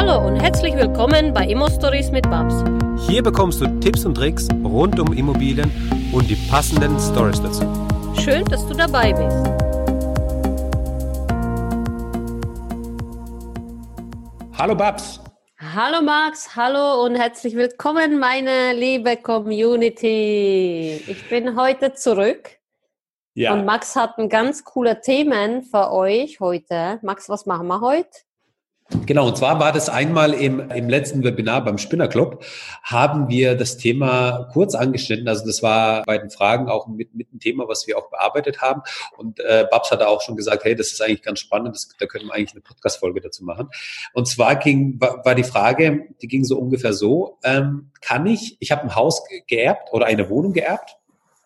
Hallo und herzlich willkommen bei Immo Stories mit Babs. Hier bekommst du Tipps und Tricks rund um Immobilien und die passenden Stories dazu. Schön, dass du dabei bist. Hallo Babs. Hallo Max, hallo und herzlich willkommen, meine liebe Community. Ich bin heute zurück und Max hat ein ganz coole Themen für euch heute. Max, was machen wir heute? Genau, und zwar war das einmal im letzten Webinar beim Spinner Club, haben wir das Thema kurz angeschnitten. Also das war bei den Fragen auch mit ein Thema, was wir auch bearbeitet haben. Und Babs hat auch schon gesagt, hey, das ist eigentlich ganz spannend, da können wir eigentlich eine Podcast-Folge dazu machen. Und zwar war die Frage, die ging so ungefähr so, ich habe ein Haus geerbt oder eine Wohnung geerbt?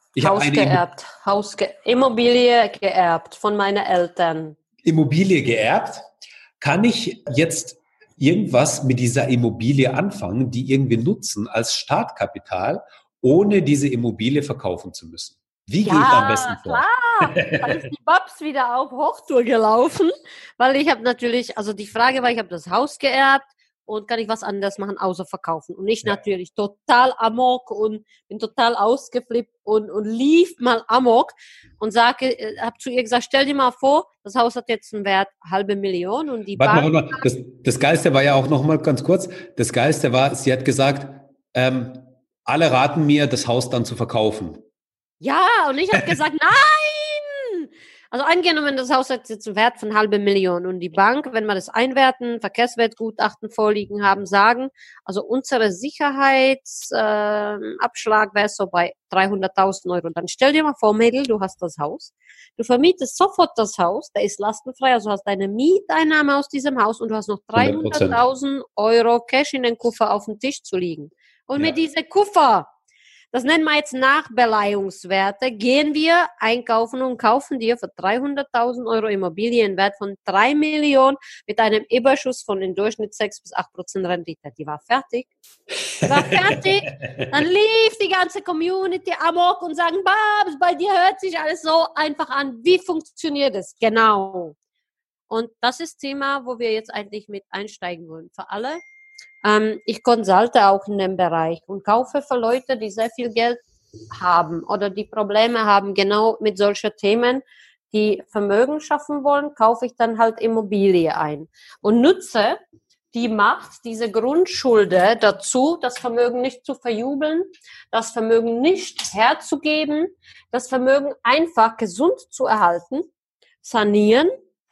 Immobilie geerbt von meinen Eltern. Immobilie geerbt. Kann ich jetzt irgendwas mit dieser Immobilie anfangen, die irgendwie nutzen als Startkapital, ohne diese Immobilie verkaufen zu müssen? Wie gehe ich da am besten vor? Klar, da ist die Babs wieder auf Hochtour gelaufen, weil ich habe natürlich, also die Frage war, ich habe das Haus geerbt und kann ich was anderes machen, außer verkaufen? Und ich natürlich total amok und bin total ausgeflippt und lief mal amok und habe zu ihr gesagt, stell dir mal vor, das Haus hat jetzt einen Wert 500.000 und die Warte mal, das Geilste war ja auch noch mal ganz kurz, das Geilste war, sie hat gesagt, alle raten mir, das Haus dann zu verkaufen. Ja, und ich habe gesagt, nein! Also angenommen, das Haus hat jetzt einen Wert von 500.000 und die Bank, wenn wir das einwerten, Verkehrswertgutachten vorliegen haben, sagen, also unsere Sicherheitsabschlag wäre so bei 300.000 Euro. Dann stell dir mal vor, Mädel, du hast das Haus, du vermietest sofort das Haus, der ist lastenfrei, also hast deine Mieteinnahme aus diesem Haus und du hast noch 300.000 Euro Cash in den Koffer auf dem Tisch zu liegen. Und mit diesem Koffer, das nennen wir jetzt Nachbeleihungswerte, gehen wir einkaufen und kaufen dir für 300.000 Euro Immobilien Wert von 3 Millionen mit einem Überschuss von im Durchschnitt 6-8% Rendite. Die war fertig. Dann lief die ganze Community amok und sagen, Babs, bei dir hört sich alles so einfach an. Wie funktioniert es? Genau. Und das ist Thema, wo wir jetzt eigentlich mit einsteigen wollen. Für alle. Ich consulte auch in dem Bereich und kaufe für Leute, die sehr viel Geld haben oder die Probleme haben, genau mit solchen Themen, die Vermögen schaffen wollen, kaufe ich dann halt Immobilie ein und nutze die Macht, diese Grundschulde dazu, das Vermögen nicht zu verjubeln, das Vermögen nicht herzugeben, das Vermögen einfach gesund zu erhalten, sanieren,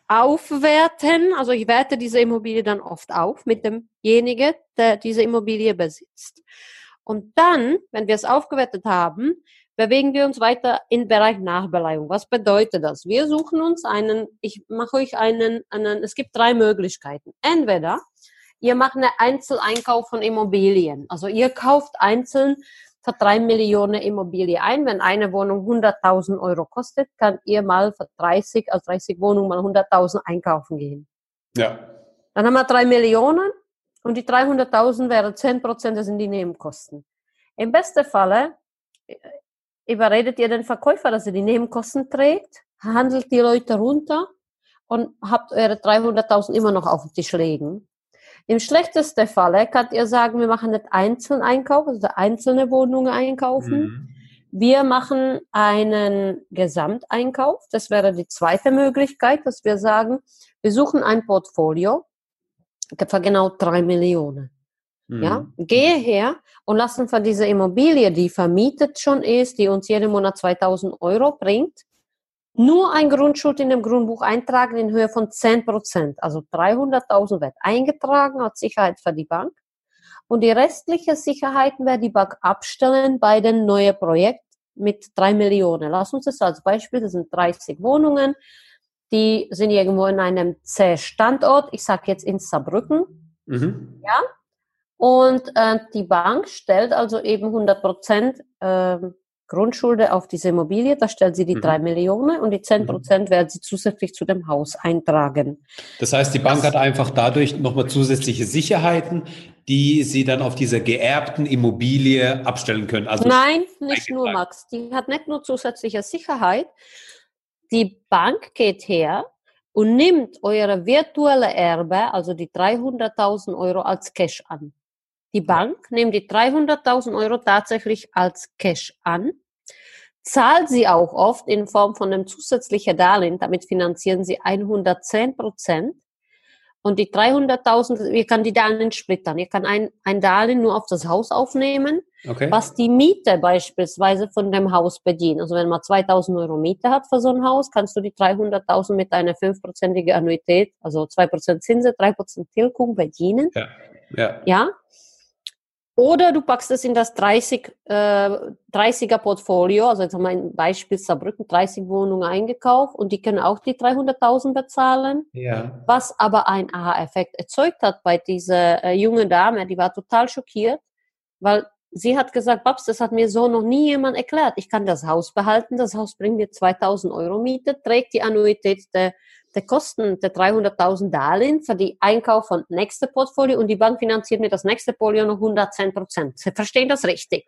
aufwerten, also ich werte diese Immobilie dann oft auf mit demjenigen, der diese Immobilie besitzt. Und dann, wenn wir es aufgewertet haben, bewegen wir uns weiter im Bereich Nachbeleihung. Was bedeutet das? Wir suchen uns ich mache euch es gibt 3 Möglichkeiten. Entweder ihr macht einen Einzeleinkauf von Immobilien, also ihr kauft einzeln für 3 Millionen Immobilie ein. Wenn eine Wohnung 100.000 Euro kostet, kann ihr mal für 30 Wohnungen mal 100.000 einkaufen gehen. Ja. Dann haben wir 3 Millionen und die 300.000 wären 10%, das sind die Nebenkosten. Im besten Falle überredet ihr den Verkäufer, dass er die Nebenkosten trägt, handelt die Leute runter und habt eure 300.000 immer noch auf den Tisch legen. Im schlechtesten Falle könnt ihr sagen, wir machen nicht einzelnen Einkauf, also einzelne Wohnungen einkaufen. Mhm. Wir machen einen Gesamteinkauf. Das wäre die zweite Möglichkeit, dass wir sagen, wir suchen ein Portfolio für genau 3 Millionen. Mhm. Ja, gehe her und lassen von dieser Immobilie, die vermietet schon ist, die uns jeden Monat 2.000 Euro bringt, nur ein Grundschuld in dem Grundbuch eintragen in Höhe von 10%. Also 300.000 wird eingetragen als Sicherheit für die Bank. Und die restliche Sicherheiten wird die Bank abstellen bei dem neuen Projekt mit 3 Millionen. Lass uns das als Beispiel, das sind 30 Wohnungen, die sind irgendwo in einem C-Standort, ich sage jetzt in Saarbrücken. Mhm. Ja. Und die Bank stellt also eben 100% Grundschulde auf diese Immobilie, da stellt sie die 3 Millionen und die 10% werden sie zusätzlich zu dem Haus eintragen. Das heißt, die Bank hat einfach dadurch nochmal zusätzliche Sicherheiten, die sie dann auf dieser geerbten Immobilie abstellen können. Also nein, nicht nur, Max. Die hat nicht nur zusätzliche Sicherheit. Die Bank geht her und nimmt eure virtuelle Erbe, also die 300.000 Euro als Cash an. Die Bank nimmt die 300.000 Euro tatsächlich als Cash an, zahlt sie auch oft in Form von einem zusätzlichen Darlehen, damit finanzieren sie 110%. Und die 300.000, ihr könnt die Darlehen splittern. Ihr könnt ein Darlehen nur auf das Haus aufnehmen, was die Miete beispielsweise von dem Haus bedient. Also wenn man 2.000 Euro Miete hat für so ein Haus, kannst du die 300.000 mit einer 5%igen Annuität, also 2% Zinsen, 3% Tilgung bedienen. Ja. Oder du packst es in das 30er Portfolio, also jetzt haben wir ein Beispiel Saarbrücken, 30 Wohnungen eingekauft und die können auch die 300.000 bezahlen. Ja. Was aber ein Aha-Effekt erzeugt hat bei dieser jungen Dame, die war total schockiert, weil sie hat gesagt, Babs, das hat mir so noch nie jemand erklärt. Ich kann das Haus behalten, das Haus bringt mir 2.000 Euro Miete, trägt die Annuität der Kosten der 300.000 Darlehen für die Einkauf von nächste Portfolio und die Bank finanziert mir das nächste Portfolio noch 110%. Sie verstehen das richtig?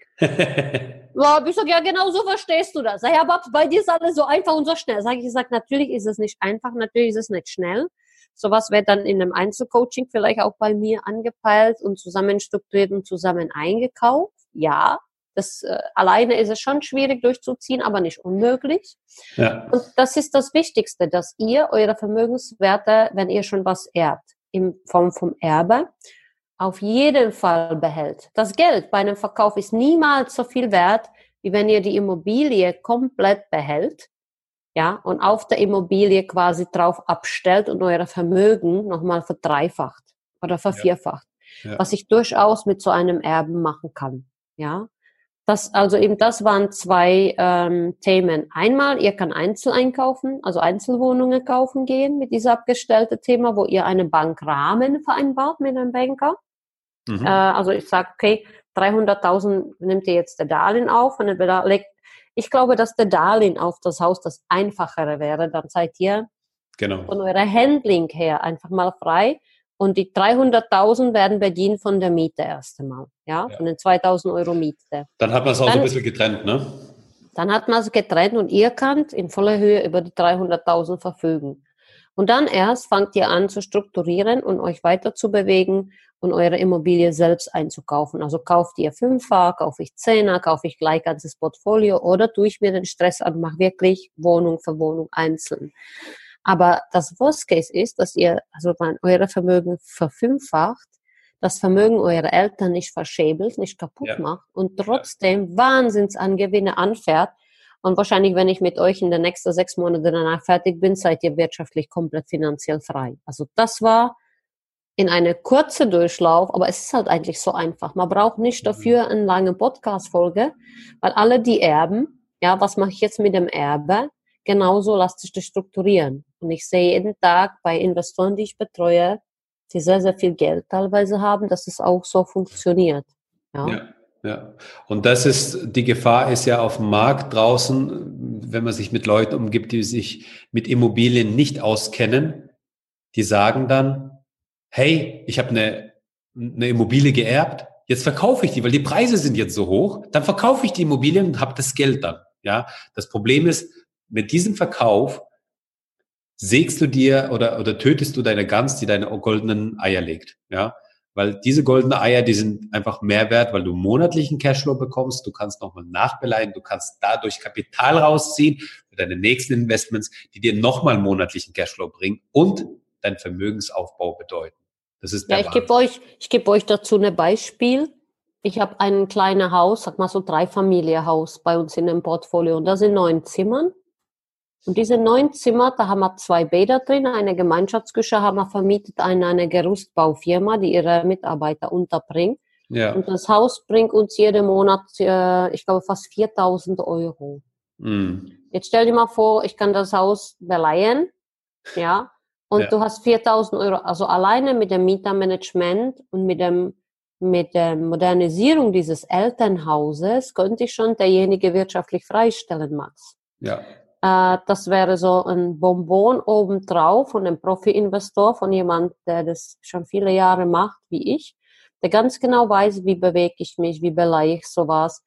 Ja, ich sag, ja, genau so verstehst du das. Ja, Babs, bei dir ist alles so einfach und so schnell. Ich sag, natürlich ist es nicht einfach, natürlich ist es nicht schnell. Sowas wird dann in einem Einzelcoaching vielleicht auch bei mir angepeilt und zusammen strukturiert und zusammen eingekauft. Ja, das alleine ist es schon schwierig durchzuziehen, aber nicht unmöglich. Ja. Und das ist das Wichtigste, dass ihr eure Vermögenswerte, wenn ihr schon was erbt, in Form vom Erbe, auf jeden Fall behält. Das Geld bei einem Verkauf ist niemals so viel wert, wie wenn ihr die Immobilie komplett behält. Ja, und auf der Immobilie quasi drauf abstellt und euer Vermögen nochmal verdreifacht oder vervierfacht. Ja. Was ich durchaus mit so einem Erben machen kann. Ja, das waren zwei Themen. Einmal, ihr könnt einzeln einkaufen, also Einzelwohnungen kaufen gehen mit diesem abgestellten Thema, wo ihr einen Bankrahmen vereinbart mit einem Banker. Mhm. Also ich sage, okay, 300.000 nimmt ihr jetzt der Darlehen auf und dann legt. Ich glaube, dass der Darlehen auf das Haus das Einfachere wäre. Dann seid ihr von eurer Handling her einfach mal frei. Und die 300.000 werden bedient von der Miete erst einmal. Ja, von den 2.000 Euro Miete. Dann hat man es auch so ein bisschen getrennt, ne? Dann hat man es getrennt und ihr könnt in voller Höhe über die 300.000 verfügen. Und dann erst fangt ihr an zu strukturieren und euch weiter zu bewegen und eure Immobilie selbst einzukaufen. Also kauft ihr 5er, kaufe ich 10er, kaufe ich gleich ganzes Portfolio oder tue ich mir den Stress an, mache wirklich Wohnung für Wohnung einzeln. Aber das Worst Case ist, dass ihr eure Vermögen verfünffacht, das Vermögen eurer Eltern nicht verschäbelt, nicht kaputt macht und trotzdem Wahnsinnsangewinne anfährt. Und wahrscheinlich, wenn ich mit euch in den nächsten 6 Monaten danach fertig bin, seid ihr wirtschaftlich komplett finanziell frei. Also das war in eine kurze Durchlauf, aber es ist halt eigentlich so einfach. Man braucht nicht dafür eine lange Podcast-Folge, weil alle die erben, ja, was mache ich jetzt mit dem Erbe? Genauso lasst sich das strukturieren. Und ich sehe jeden Tag bei Investoren, die ich betreue, die sehr, sehr viel Geld teilweise haben, dass es auch so funktioniert. Ja. Und die Gefahr ist ja auf dem Markt draußen, wenn man sich mit Leuten umgibt, die sich mit Immobilien nicht auskennen, die sagen dann, hey, ich habe eine Immobilie geerbt, jetzt verkaufe ich die, weil die Preise sind jetzt so hoch, dann verkaufe ich die Immobilie und habe das Geld dann. Ja, das Problem ist, mit diesem Verkauf sägst du dir oder tötest du deine Gans, die deine goldenen Eier legt. Ja, weil diese goldenen Eier, die sind einfach mehr wert, weil du monatlichen Cashflow bekommst, du kannst nochmal nachbeleihen, du kannst dadurch Kapital rausziehen für deine nächsten Investments, die dir nochmal monatlichen Cashflow bringen und dein Vermögensaufbau bedeuten. Das ist ich gebe euch dazu ein Beispiel. Ich habe ein kleines Haus, sag mal so 3-Familienhaus bei uns in dem Portfolio und da sind 9 Zimmern. Und diese 9 Zimmer, da haben wir 2 Bäder drin, eine Gemeinschaftsküche haben wir vermietet an eine Gerüstbaufirma, die ihre Mitarbeiter unterbringt. Ja. Und das Haus bringt uns jeden Monat, ich glaube, fast 4.000 Euro. Mhm. Jetzt stell dir mal vor, ich kann das Haus beleihen, ja, und du hast 4.000 Euro, also alleine mit dem Mietermanagement und mit der Modernisierung dieses Elternhauses könnte ich schon derjenige wirtschaftlich freistellen, Max. Ja. Das wäre so ein Bonbon obendrauf von einem Profi-Investor, von jemand, der das schon viele Jahre macht, wie ich, der ganz genau weiß, wie bewege ich mich, wie beleihe ich sowas,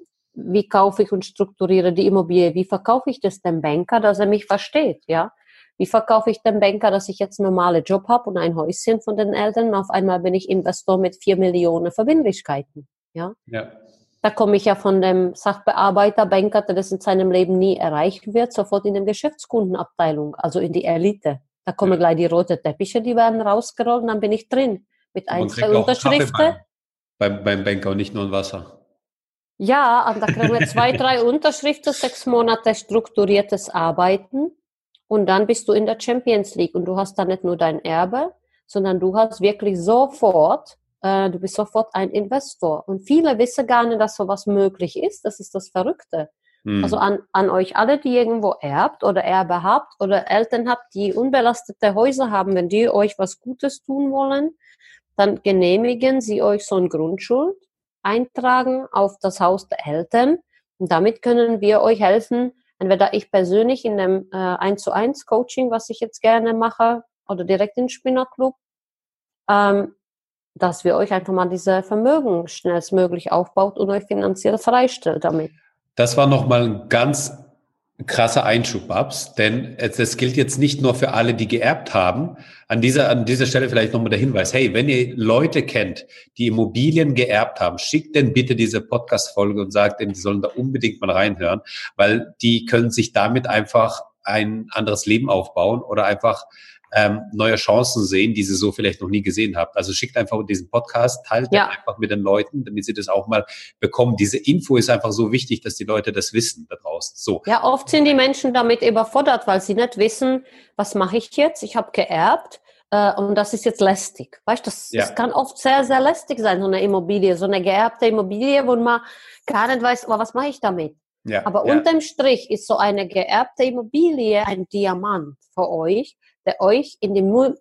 wie kaufe ich und strukturiere die Immobilie, wie verkaufe ich das dem Banker, dass er mich versteht, ja. Wie verkaufe ich dem Banker, dass ich jetzt einen normalen Job habe und ein Häuschen von den Eltern und auf einmal bin ich Investor mit 4 Millionen Verbindlichkeiten? Ja. Da komme ich ja von dem Sachbearbeiter, Banker, der das in seinem Leben nie erreichen wird, sofort in die Geschäftskundenabteilung, also in die Elite. Da kommen gleich die roten Teppiche, die werden rausgerollt und dann bin ich drin. Mit ein, zwei Unterschriften. Beim Banker und nicht nur ein Wasser. Ja, und da kriegen wir 2, 3 Unterschriften, 6 Monate strukturiertes Arbeiten und dann bist du in der Champions League und du hast dann nicht nur dein Erbe, sondern du hast wirklich sofort, du bist sofort ein Investor. Und viele wissen gar nicht, dass sowas möglich ist. Das ist das Verrückte. Also an euch alle, die irgendwo erbt oder Erbe habt oder Eltern habt, die unbelastete Häuser haben, wenn die euch was Gutes tun wollen, dann genehmigen sie euch so eine Grundschuld, eintragen auf das Haus der Eltern und damit können wir euch helfen, entweder ich persönlich in dem 1:1 Coaching, was ich jetzt gerne mache, oder direkt in den Spinnerclub, dass wir euch einfach mal diese Vermögen schnellstmöglich aufbaut und euch finanziell freistellt damit. Das war nochmal ein ganz krasser Einschub, Babs, denn das gilt jetzt nicht nur für alle, die geerbt haben. An dieser Stelle vielleicht nochmal der Hinweis, hey, wenn ihr Leute kennt, die Immobilien geerbt haben, schickt denn bitte diese Podcast-Folge und sagt denen, die sollen da unbedingt mal reinhören, weil die können sich damit einfach ein anderes Leben aufbauen oder einfach neue Chancen sehen, die sie so vielleicht noch nie gesehen habt. Also schickt einfach diesen Podcast, teilt den einfach mit den Leuten, damit sie das auch mal bekommen. Diese Info ist einfach so wichtig, dass die Leute das wissen da draußen. So. Ja, oft sind die Menschen damit überfordert, weil sie nicht wissen, was mache ich jetzt? Ich habe geerbt und das ist jetzt lästig. Weißt du, das kann oft sehr, sehr lästig sein, so eine Immobilie, so eine geerbte Immobilie, wo man gar nicht weiß, was mache ich damit? Ja, aber unterm Strich ist so eine geerbte Immobilie ein Diamant für euch, der euch in die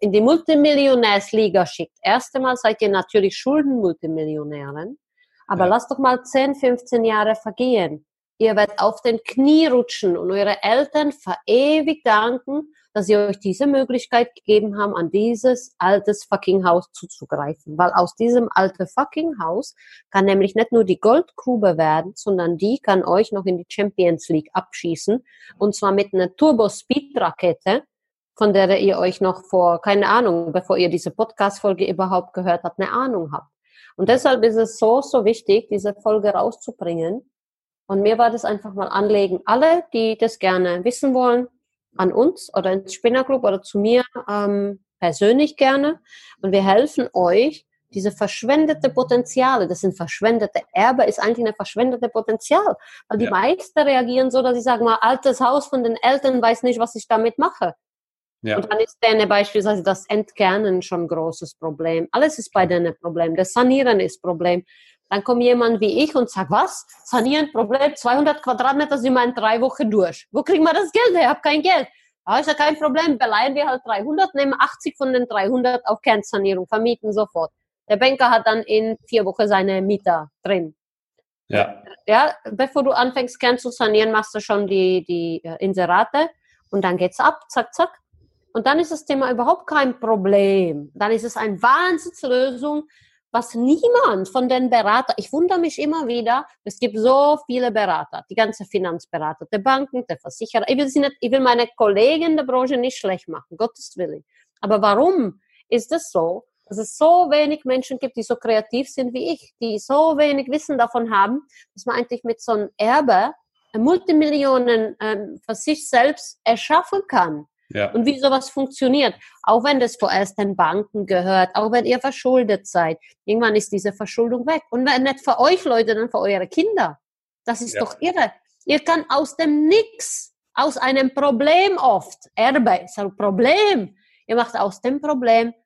Multimillionärsliga schickt. Erst einmal seid ihr natürlich Schuldenmultimillionären, aber lasst doch mal 10, 15 Jahre vergehen. Ihr werdet auf den Knie rutschen und eure Eltern verewigt danken, dass sie euch diese Möglichkeit gegeben haben, an dieses altes fucking Haus zuzugreifen. Weil aus diesem alten fucking Haus kann nämlich nicht nur die Goldgrube werden, sondern die kann euch noch in die Champions League abschießen. Und zwar mit einer Turbo-Speed-Rakete, von der ihr euch noch vor, keine Ahnung, bevor ihr diese Podcast-Folge überhaupt gehört habt, eine Ahnung habt. Und deshalb ist es so, so wichtig, diese Folge rauszubringen. Und mir war das einfach mal Anliegen, alle, die das gerne wissen wollen, an uns oder ins Spinnerclub oder zu mir persönlich gerne. Und wir helfen euch, diese verschwendete Potenziale, das sind verschwendete Erbe, ist eigentlich ein verschwendetes Potenzial. Weil die meisten reagieren so, dass sie sagen, mal altes Haus von den Eltern, weiß nicht, was ich damit mache. Ja. Und dann ist denen beispielsweise das Entkernen schon ein großes Problem. Alles ist bei denen ein Problem. Das Sanieren ist ein Problem. Dann kommt jemand wie ich und sagt, was? Sanieren, Problem, 200 Quadratmeter sind wir in 3 Wochen durch. Wo kriegen wir das Geld her? Ich habe kein Geld. Ja, ist ja kein Problem. Beleihen wir halt 300, nehmen 80 von den 300 auf Kernsanierung, vermieten sofort. Der Banker hat dann in 4 Wochen seine Mieter drin. Ja, bevor du anfängst, Kern zu sanieren, machst du schon die Inserate und dann geht's ab, zack, zack. Und dann ist das Thema überhaupt kein Problem. Dann ist es eine Wahnsinnslösung, was niemand von den Beratern, ich wundere mich immer wieder, es gibt so viele Berater, die ganze Finanzberater, die Banken, der Versicherer. Ich will meine Kollegen in der Branche nicht schlecht machen, Gottes Willen. Aber warum ist es so, dass es so wenig Menschen gibt, die so kreativ sind wie ich, die so wenig Wissen davon haben, dass man eigentlich mit so einem Erbe Multimillionen für sich selbst erschaffen kann? Ja. Und wie sowas funktioniert, auch wenn das vorerst den Banken gehört, auch wenn ihr verschuldet seid, irgendwann ist diese Verschuldung weg. Und wenn nicht für euch Leute, dann für eure Kinder. Das ist doch irre. Ihr könnt aus dem Nix, aus einem Problem oft, Erbe ist ein Problem, ihr macht aus dem Problem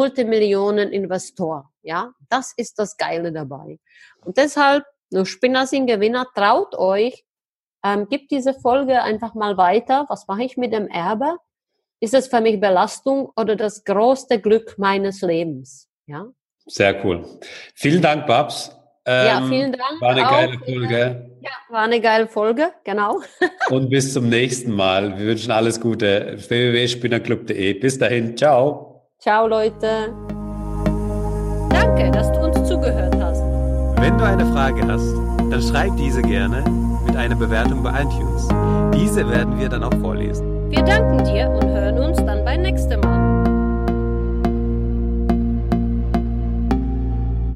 Multimillionen-Investor. Ja, das ist das Geile dabei. Und deshalb, nur Spinner sind Gewinner, traut euch, gebt diese Folge einfach mal weiter. Was mache ich mit dem Erbe? Ist es für mich Belastung oder das größte Glück meines Lebens? Ja. Sehr cool. Vielen Dank, Babs. Vielen Dank. War eine geile Folge. Ja, war eine geile Folge, genau. Und bis zum nächsten Mal. Wir wünschen alles Gute. www.spinnerclub.de. Bis dahin. Ciao. Ciao, Leute. Danke, dass du uns zugehört hast. Wenn du eine Frage hast, dann schreib diese gerne mit einer Bewertung bei iTunes. Diese werden wir dann auch vorlesen. Wir danken dir und hören uns dann beim nächsten Mal.